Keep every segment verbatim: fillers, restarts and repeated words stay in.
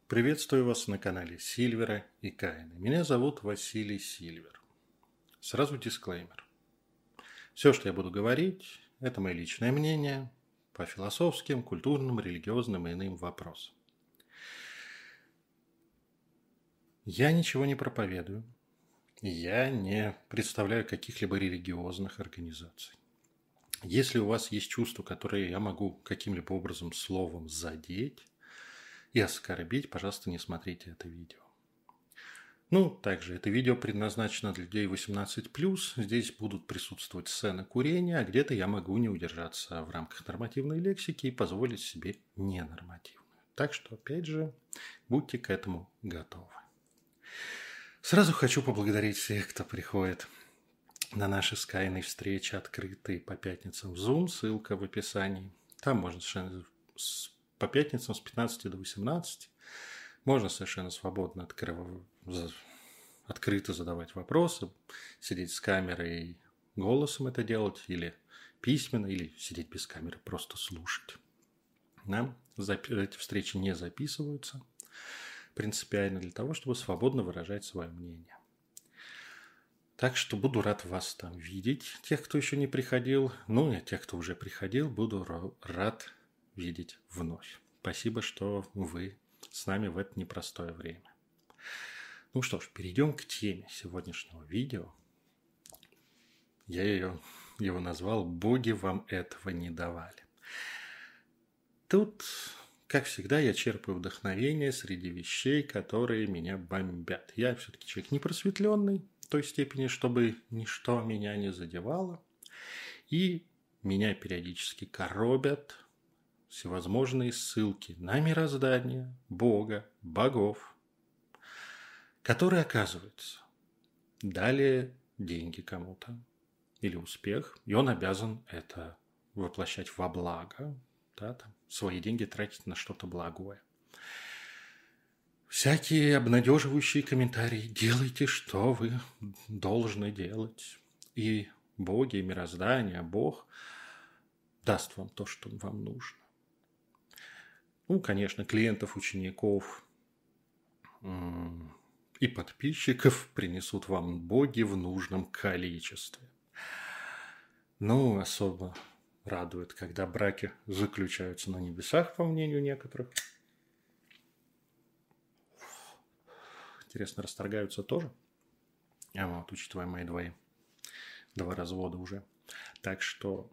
Приветствую вас на канале Сильвера и Каина. Меня зовут Василий Сильвер. Сразу дисклеймер. Все, что я буду говорить, это мое личное мнение по философским, культурным, религиозным и иным вопросам. Я ничего не проповедую. Я не представляю каких-либо религиозных организаций. Если у вас есть чувства, которые я могу каким-либо образом словом задеть и оскорбить, пожалуйста, не смотрите это видео. Ну, также это видео предназначено для людей восемнадцать плюс. Здесь будут присутствовать сцены курения, а где-то я могу не удержаться в рамках нормативной лексики и позволить себе ненормативную. Так что, опять же, будьте к этому готовы. Сразу хочу поблагодарить всех, кто приходит на наши с Кайной встречи, открытые по пятницам в Zoom, ссылка в описании. Там можно совершенно по пятницам с пятнадцати до восемнадцати можно совершенно свободно открыв... открыто задавать вопросы, сидеть с камерой и голосом это делать, или письменно, или сидеть без камеры, просто слушать. Да? Эти встречи не записываются принципиально для того, чтобы свободно выражать свое мнение. Так что буду рад вас там видеть, тех, кто еще не приходил. Ну и тех, кто уже приходил, буду рад видеть вновь. Спасибо, что вы с нами в это непростое время. Ну что ж, перейдем к теме сегодняшнего видео. Я ее, его назвал «Боги вам этого не давали». Тут, как всегда, я черпаю вдохновение среди вещей, которые меня бомбят. Я все-таки человек непросветленный, в той степени, чтобы ничто меня не задевало. И меня периодически коробят всевозможные ссылки на мироздание, Бога, богов, которые, оказывается, дали деньги кому-то или успех, и он обязан это воплощать во благо, да, там, свои деньги тратить на что-то благое. Всякие обнадеживающие комментарии. Делайте, что вы должны делать. И боги, и мироздание, Бог даст вам то, что вам нужно. Ну, конечно, клиентов, учеников и подписчиков принесут вам боги в нужном количестве. Ну, особо радует, когда браки заключаются на небесах, по мнению некоторых. Интересно, расторгаются тоже? А вот, учитывая мои два, два развода уже. Так что,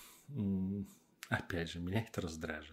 опять же, меня это раздражает.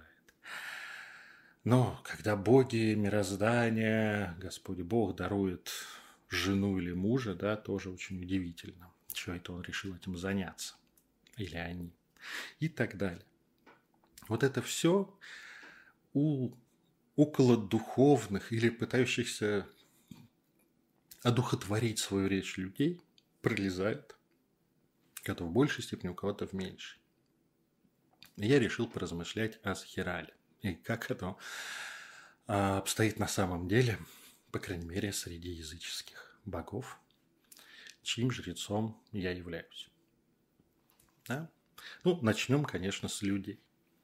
Но когда боги, мироздание, Господь Бог дарует жену или мужа, да, тоже очень удивительно, что это он решил этим заняться. Или они. И так далее. Вот это все у околодуховных или пытающихся одухотворить свою речь людей пролезает. Кого-то в большей степени, у кого-то в меньшей. И я решил поразмышлять о Схирале. И как это обстоит на самом деле, по крайней мере, среди языческих богов, чьим жрецом я являюсь. Да? Ну, начнем, конечно, с людей.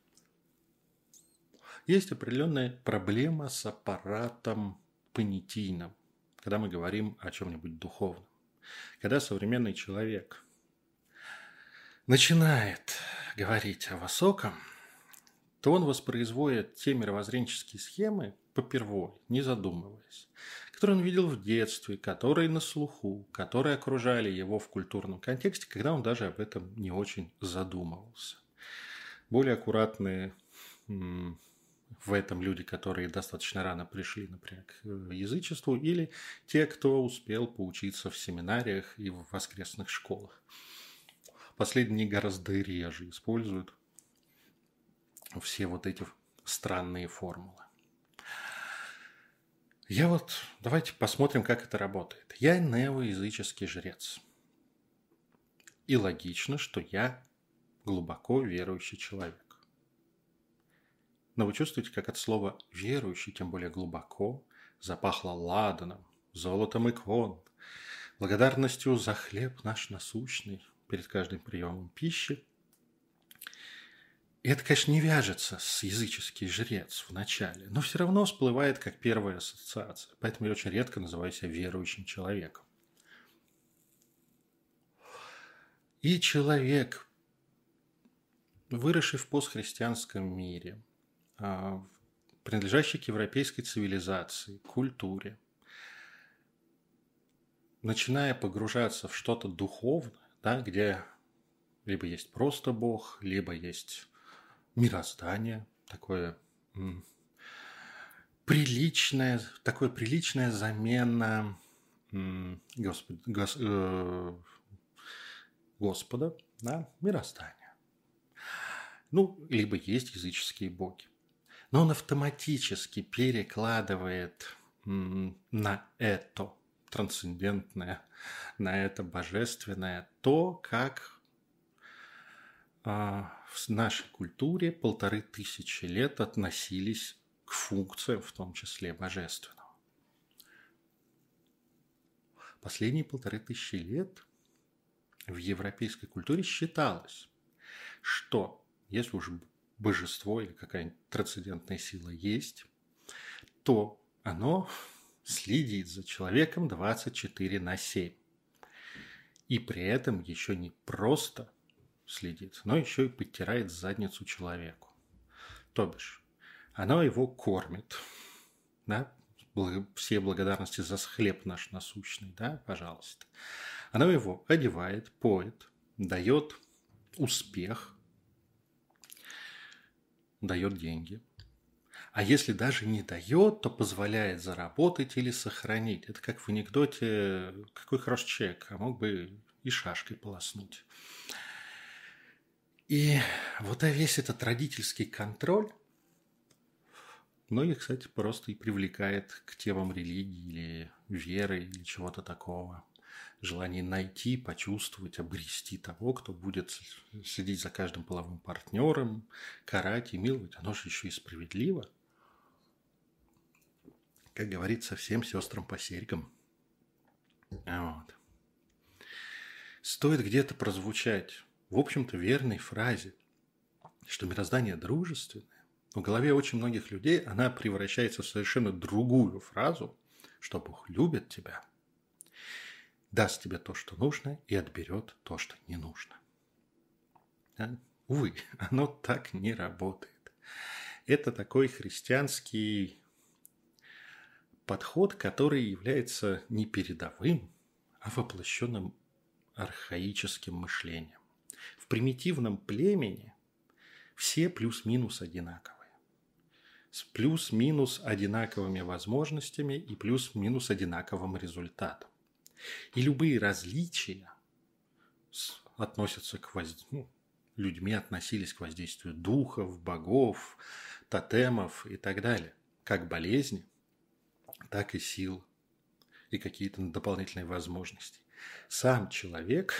Есть определенная проблема с аппаратом понятийным, когда мы говорим о чем-нибудь духовном. Когда современный человек начинает говорить о высоком, то он воспроизводит те мировоззренческие схемы попервой, не задумываясь, которые он видел в детстве, которые на слуху, которые окружали его в культурном контексте, когда он даже об этом не очень задумывался. Более аккуратные в этом люди, которые достаточно рано пришли, например, к язычеству, или те, кто успел поучиться в семинариях и в воскресных школах. Последние гораздо реже используют все вот эти странные формулы. Я вот, давайте посмотрим, как это работает. Я неоязыческий жрец. И логично, что я глубоко верующий человек. Но вы чувствуете, как от слова «верующий», тем более глубоко, запахло ладаном, золотом икон, благодарностью за хлеб наш насущный перед каждым приемом пищи. И это, конечно, не вяжется с языческий жрец в начале, но все равно всплывает как первая ассоциация. Поэтому я очень редко называю себя верующим человеком. И человек, выросший в постхристианском мире, принадлежащий к европейской цивилизации, культуре, начиная погружаться в что-то духовное, да, где либо есть просто Бог, либо есть мироздание, такое м, приличное, такое приличная замена м, Господ, гос, э, Господа, да, мироздания. Ну, либо есть языческие боги. Но он автоматически перекладывает м, на это трансцендентное, на это божественное то, как а, в нашей культуре полторы тысячи лет относились к функциям, в том числе божественного. Последние полторы тысячи лет в европейской культуре считалось, что если уж божество или какая-нибудь трансцендентная сила есть, то оно следит за человеком двадцать четыре на семь. И при этом еще не просто следит, но еще и подтирает задницу человеку. То бишь, оно его кормит, да, все благодарности за хлеб наш насущный, да, пожалуйста. Оно его одевает, поет, дает успех, дает деньги. А если даже не дает, то позволяет заработать или сохранить. Это как в анекдоте, какой хороший человек, а мог бы и шашкой полоснуть. И вот весь этот родительский контроль, многих, кстати, просто и привлекает к темам религии или веры или чего-то такого. Желание найти, почувствовать, обрести того, кто будет следить за каждым половым партнером, карать и миловать. Оно же еще и справедливо. Как говорится, всем сестрам по серьгам. Вот. Стоит где-то прозвучать, в общем-то, верной фразе, что мироздание дружественное, в голове очень многих людей она превращается в совершенно другую фразу, что Бог любит тебя, даст тебе то, что нужно, и отберет то, что не нужно. Да? Увы, оно так не работает. Это такой христианский подход, который является не передовым, а воплощенным архаическим мышлением. В примитивном племени все плюс-минус одинаковые. С плюс-минус одинаковыми возможностями и плюс-минус одинаковым результатом. И любые различия относятся к воздействию, ну, людьми относились к воздействию духов, богов, тотемов и так далее. Как болезни, так и сил и какие-то дополнительные возможности. Сам человек,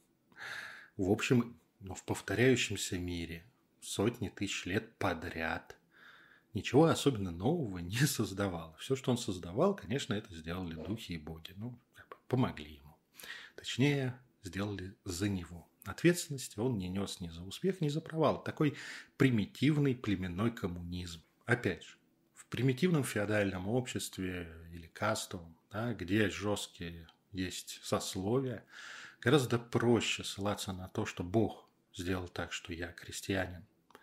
в общем, ну, в повторяющемся мире сотни тысяч лет подряд ничего особенно нового не создавал. Все, что он создавал, конечно, это сделали духи и боги. Ну, как бы помогли ему. Точнее, сделали за него. Ответственности он не нес ни за успех, ни за провал. Такой примитивный племенной коммунизм. Опять же, в примитивном феодальном обществе или кастовом, да, где жесткие есть сословия, гораздо проще ссылаться на то, что Бог сделал так, что я крестьянин,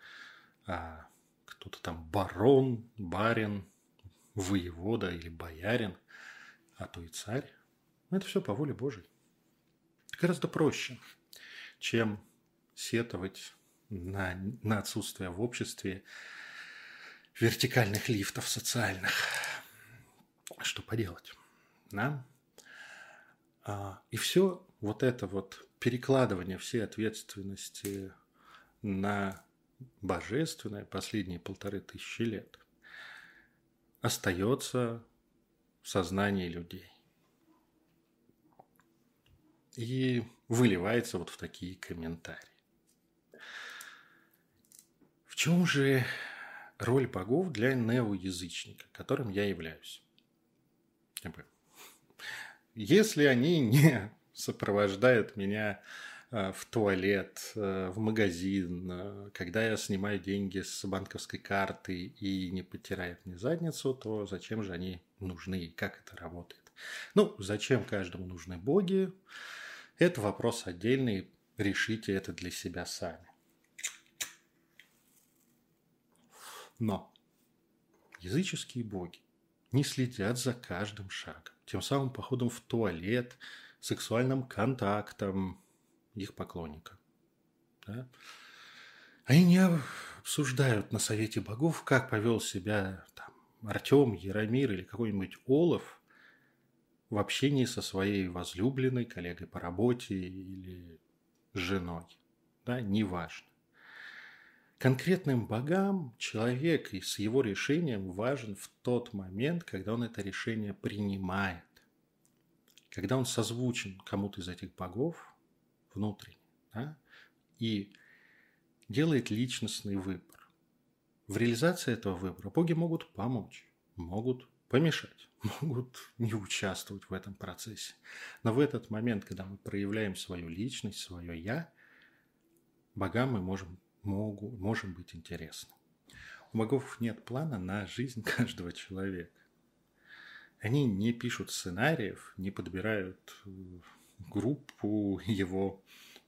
а кто-то там барон, барин, воевода или боярин, а то и царь. Это все по воле Божией. Гораздо проще, чем сетовать на, на отсутствие в обществе вертикальных лифтов социальных. Что поделать? Да? А, и все вот это вот перекладывание всей ответственности на божественное последние полторы тысячи лет остается в сознании людей. И выливается вот в такие комментарии. В чем же роль богов для неоязычника, которым я являюсь? Если они не сопровождают меня э, в туалет, э, в магазин, э, когда я снимаю деньги с банковской карты и не потирает мне задницу, то зачем же они нужны и как это работает? Ну, зачем каждому нужны боги? Это вопрос отдельный, решите это для себя сами. Но языческие боги не следят за каждым шагом, тем самым походом в туалет, сексуальным контактом их поклонника. Да? Они не обсуждают на совете богов, как повел себя там, Артем, Яромир или какой-нибудь Олаф в общении со своей возлюбленной, коллегой по работе или женой. Да, неважно. Конкретным богам человек и с его решением важен в тот момент, когда он это решение принимает. Когда он созвучен кому-то из этих богов внутренне, да, и делает личностный выбор. В реализации этого выбора боги могут помочь, могут помешать, могут не участвовать в этом процессе. Но в этот момент, когда мы проявляем свою личность, свое «я», богам мы можем, могу, можем быть интересны. У богов нет плана на жизнь каждого человека. Они не пишут сценариев, не подбирают группу его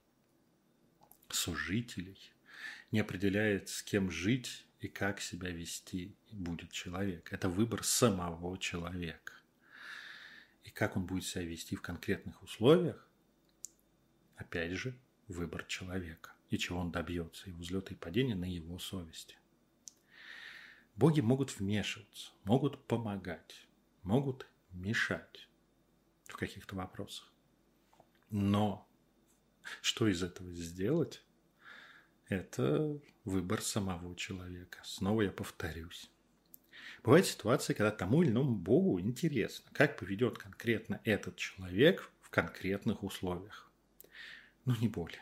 сужителей, не определяет, с кем жить и как себя вести будет человек. Это выбор самого человека. И как он будет себя вести в конкретных условиях, опять же, выбор человека. И чего он добьется, и взлета и падения на его совести. Боги могут вмешиваться, могут помогать, могут мешать в каких-то вопросах. Но что из этого сделать, это выбор самого человека. Снова я повторюсь. Бывают ситуации, когда тому или иному богу интересно, как поведет конкретно этот человек в конкретных условиях. Но не более.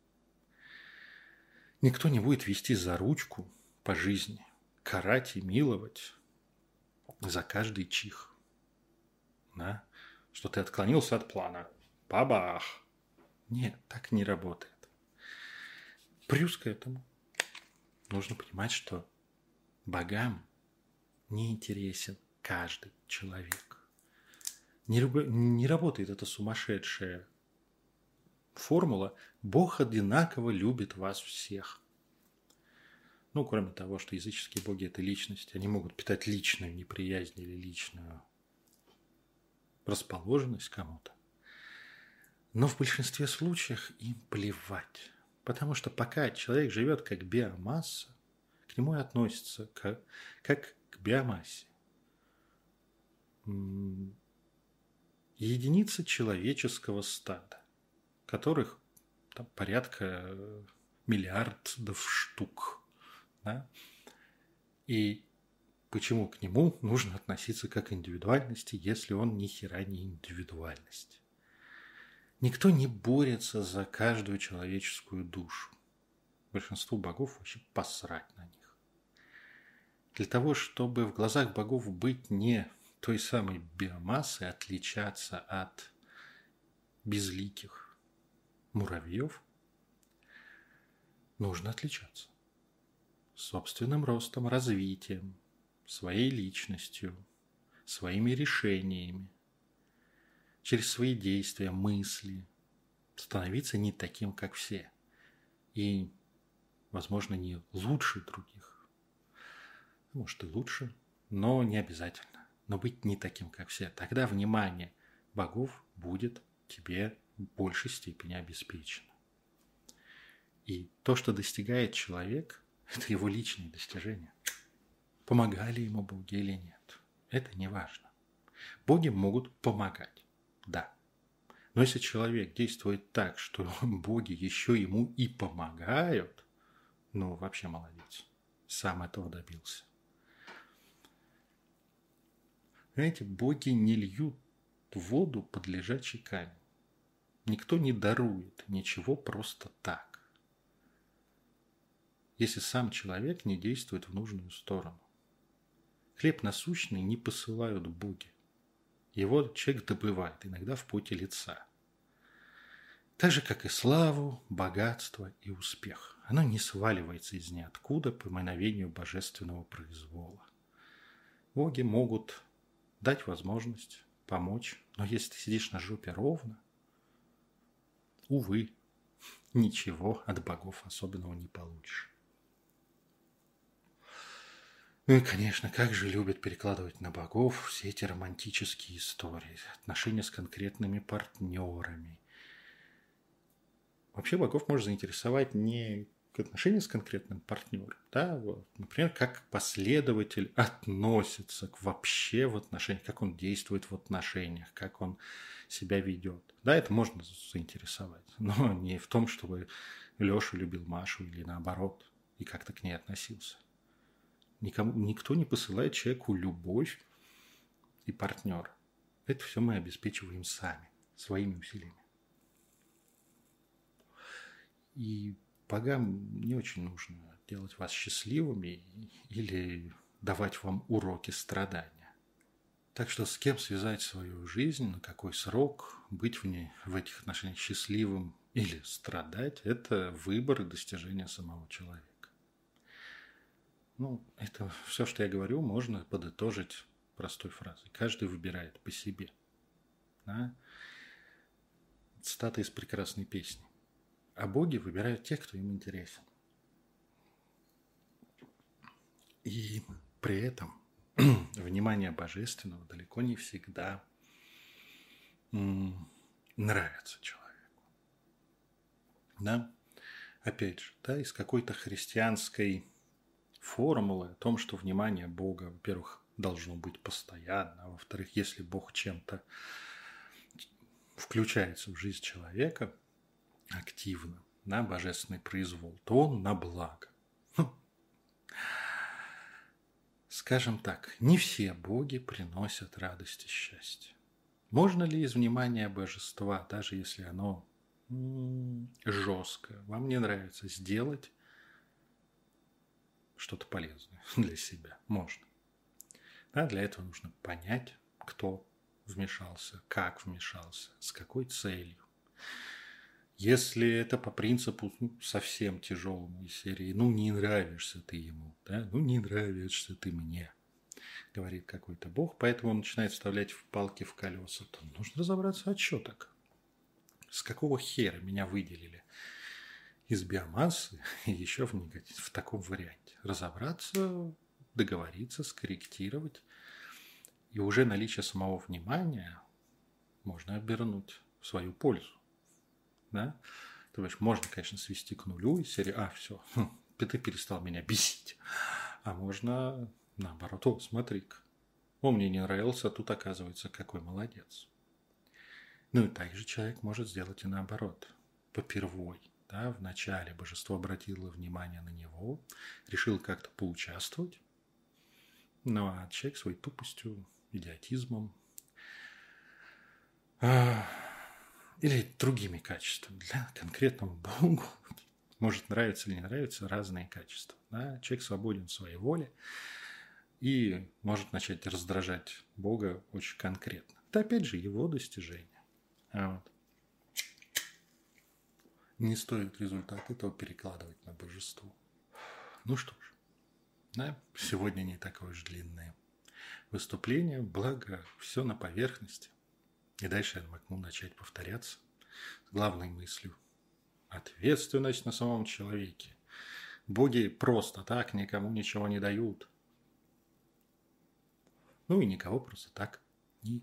Никто не будет вести за ручку по жизни, карать и миловать за каждый чих. Да? Что ты отклонился от плана. Бабах! Нет, так не работает. Плюс к этому нужно понимать, что богам не интересен каждый человек. Не, люб... не работает эта сумасшедшая формула «Бог одинаково любит вас всех». Ну, кроме того, что языческие боги – это личности. Они могут питать личную неприязнь или личную расположенность кому-то. Но в большинстве случаев им плевать. Потому что пока человек живет как биомасса, к нему и относится как, как к биомассе. Единицы человеческого стада, которых там, порядка миллиардов штук. Да? И почему к нему нужно относиться как к индивидуальности, если он ни хера не индивидуальность? Никто не борется за каждую человеческую душу. Большинству богов вообще посрать на них. Для того, чтобы в глазах богов быть не той самой биомассой, отличаться от безликих муравьев, нужно отличаться собственным ростом, развитием, своей личностью, своими решениями, через свои действия, мысли, становиться не таким, как все. И, возможно, не лучше других. Может, и лучше, но не обязательно. Но быть не таким, как все. Тогда внимание богов будет тебе в большей степени обеспечено. И то, что достигает человек, это его личные достижения. Помогали ему боги или нет, это не важно. Боги могут помогать, да. Но если человек действует так, что боги еще ему и помогают, ну, вообще молодец. Сам этого добился. Понимаете, боги не льют воду под лежачий камень. Никто не дарует ничего просто так, если сам человек не действует в нужную сторону. Хлеб насущный не посылают боги. Его человек добывает, иногда в поте лица. Так же, как и славу, богатство и успех. Оно не сваливается из ниоткуда по мановению божественного произвола. Боги могут дать возможность помочь, но если ты сидишь на жопе ровно, увы, ничего от богов особенного не получишь. Ну и, конечно, как же любят перекладывать на богов все эти романтические истории, отношения с конкретными партнерами. Вообще богов может заинтересовать не отношения с конкретным партнером, да, вот, например, как последователь относится к вообще в отношениях, как он действует в отношениях, как он себя ведет. Да, это можно заинтересовать, но не в том, чтобы Леша любил Машу или наоборот, и как-то к ней относился. Никому, никто не посылает человеку любовь и партнера. Это все мы обеспечиваем сами, своими усилиями. И богам не очень нужно делать вас счастливыми или давать вам уроки страдания. Так что с кем связать свою жизнь, на какой срок, быть в ней, в этих отношениях счастливым или страдать, это выбор и достижение самого человека. Ну, это все, что я говорю, можно подытожить простой фразой. Каждый выбирает по себе. Да? Цитата из прекрасной песни. А боги выбирают тех, кто им интересен. И при этом внимание божественного далеко не всегда м, нравится человеку. Да? Опять же, да, из какой-то христианской формулы о том, что внимание Бога, во-первых, должно быть постоянно, а во-вторых, если Бог чем-то включается в жизнь человека активно, на божественный произвол, то он на благо. Скажем так, не все боги приносят радость и счастье. Можно ли из внимания божества, даже если оно м- жесткое, вам не нравится, сделать что-то полезное для себя? Можно. Да, для этого нужно понять, кто вмешался, как вмешался, с какой целью. Если это по принципу ну, совсем тяжелому из серии, ну не нравишься ты ему, да, ну не нравишься ты мне, говорит какой-то бог, поэтому он начинает вставлять в палки в колеса, то нужно разобраться, а что так? С какого хера меня выделили из биомассы и еще в, негатив, в таком варианте? Разобраться, договориться, скорректировать, и уже наличие самого внимания можно обернуть в свою пользу. Да? То есть можно, конечно, свести к нулю из серии «А, все, ты перестал меня бесить». А можно наоборот, о, смотри-ка, он мне не нравился, а тут оказывается какой молодец. Ну и также человек может сделать и наоборот, попервой. Да, вначале божество обратило внимание на него, решил как-то поучаствовать, ну а человек своей тупостью, идиотизмом, или другими качествами. Для конкретного Богу может нравиться или не нравиться разные качества. Да? Человек свободен в своей воле и может начать раздражать Бога очень конкретно. Это опять же его достижение. А вот. Не стоит результат этого перекладывать на божество. Ну что ж, да? Сегодня не такое уж длинное выступление, благо все на поверхности. И дальше я могу начать повторяться с главной мыслью. Ответственность на самом человеке. Боги просто так никому ничего не дают. Ну и никого просто так не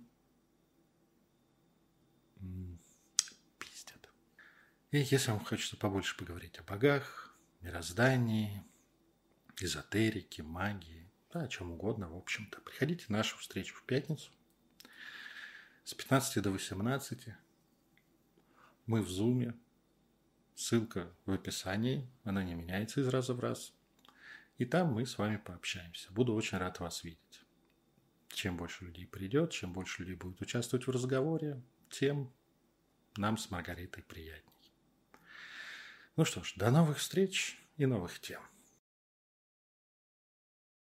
пиздят. И если вам хочется побольше поговорить о богах, мироздании, эзотерике, магии, да, о чем угодно, в общем-то, приходите на нашу встречу в пятницу с пятнадцати до восемнадцати. Мы в зуме. Ссылка в описании. Она не меняется из раза в раз. И там мы с вами пообщаемся. Буду очень рад вас видеть. Чем больше людей придет, чем больше людей будет участвовать в разговоре, тем нам с Маргаритой приятней. Ну что ж, до новых встреч и новых тем.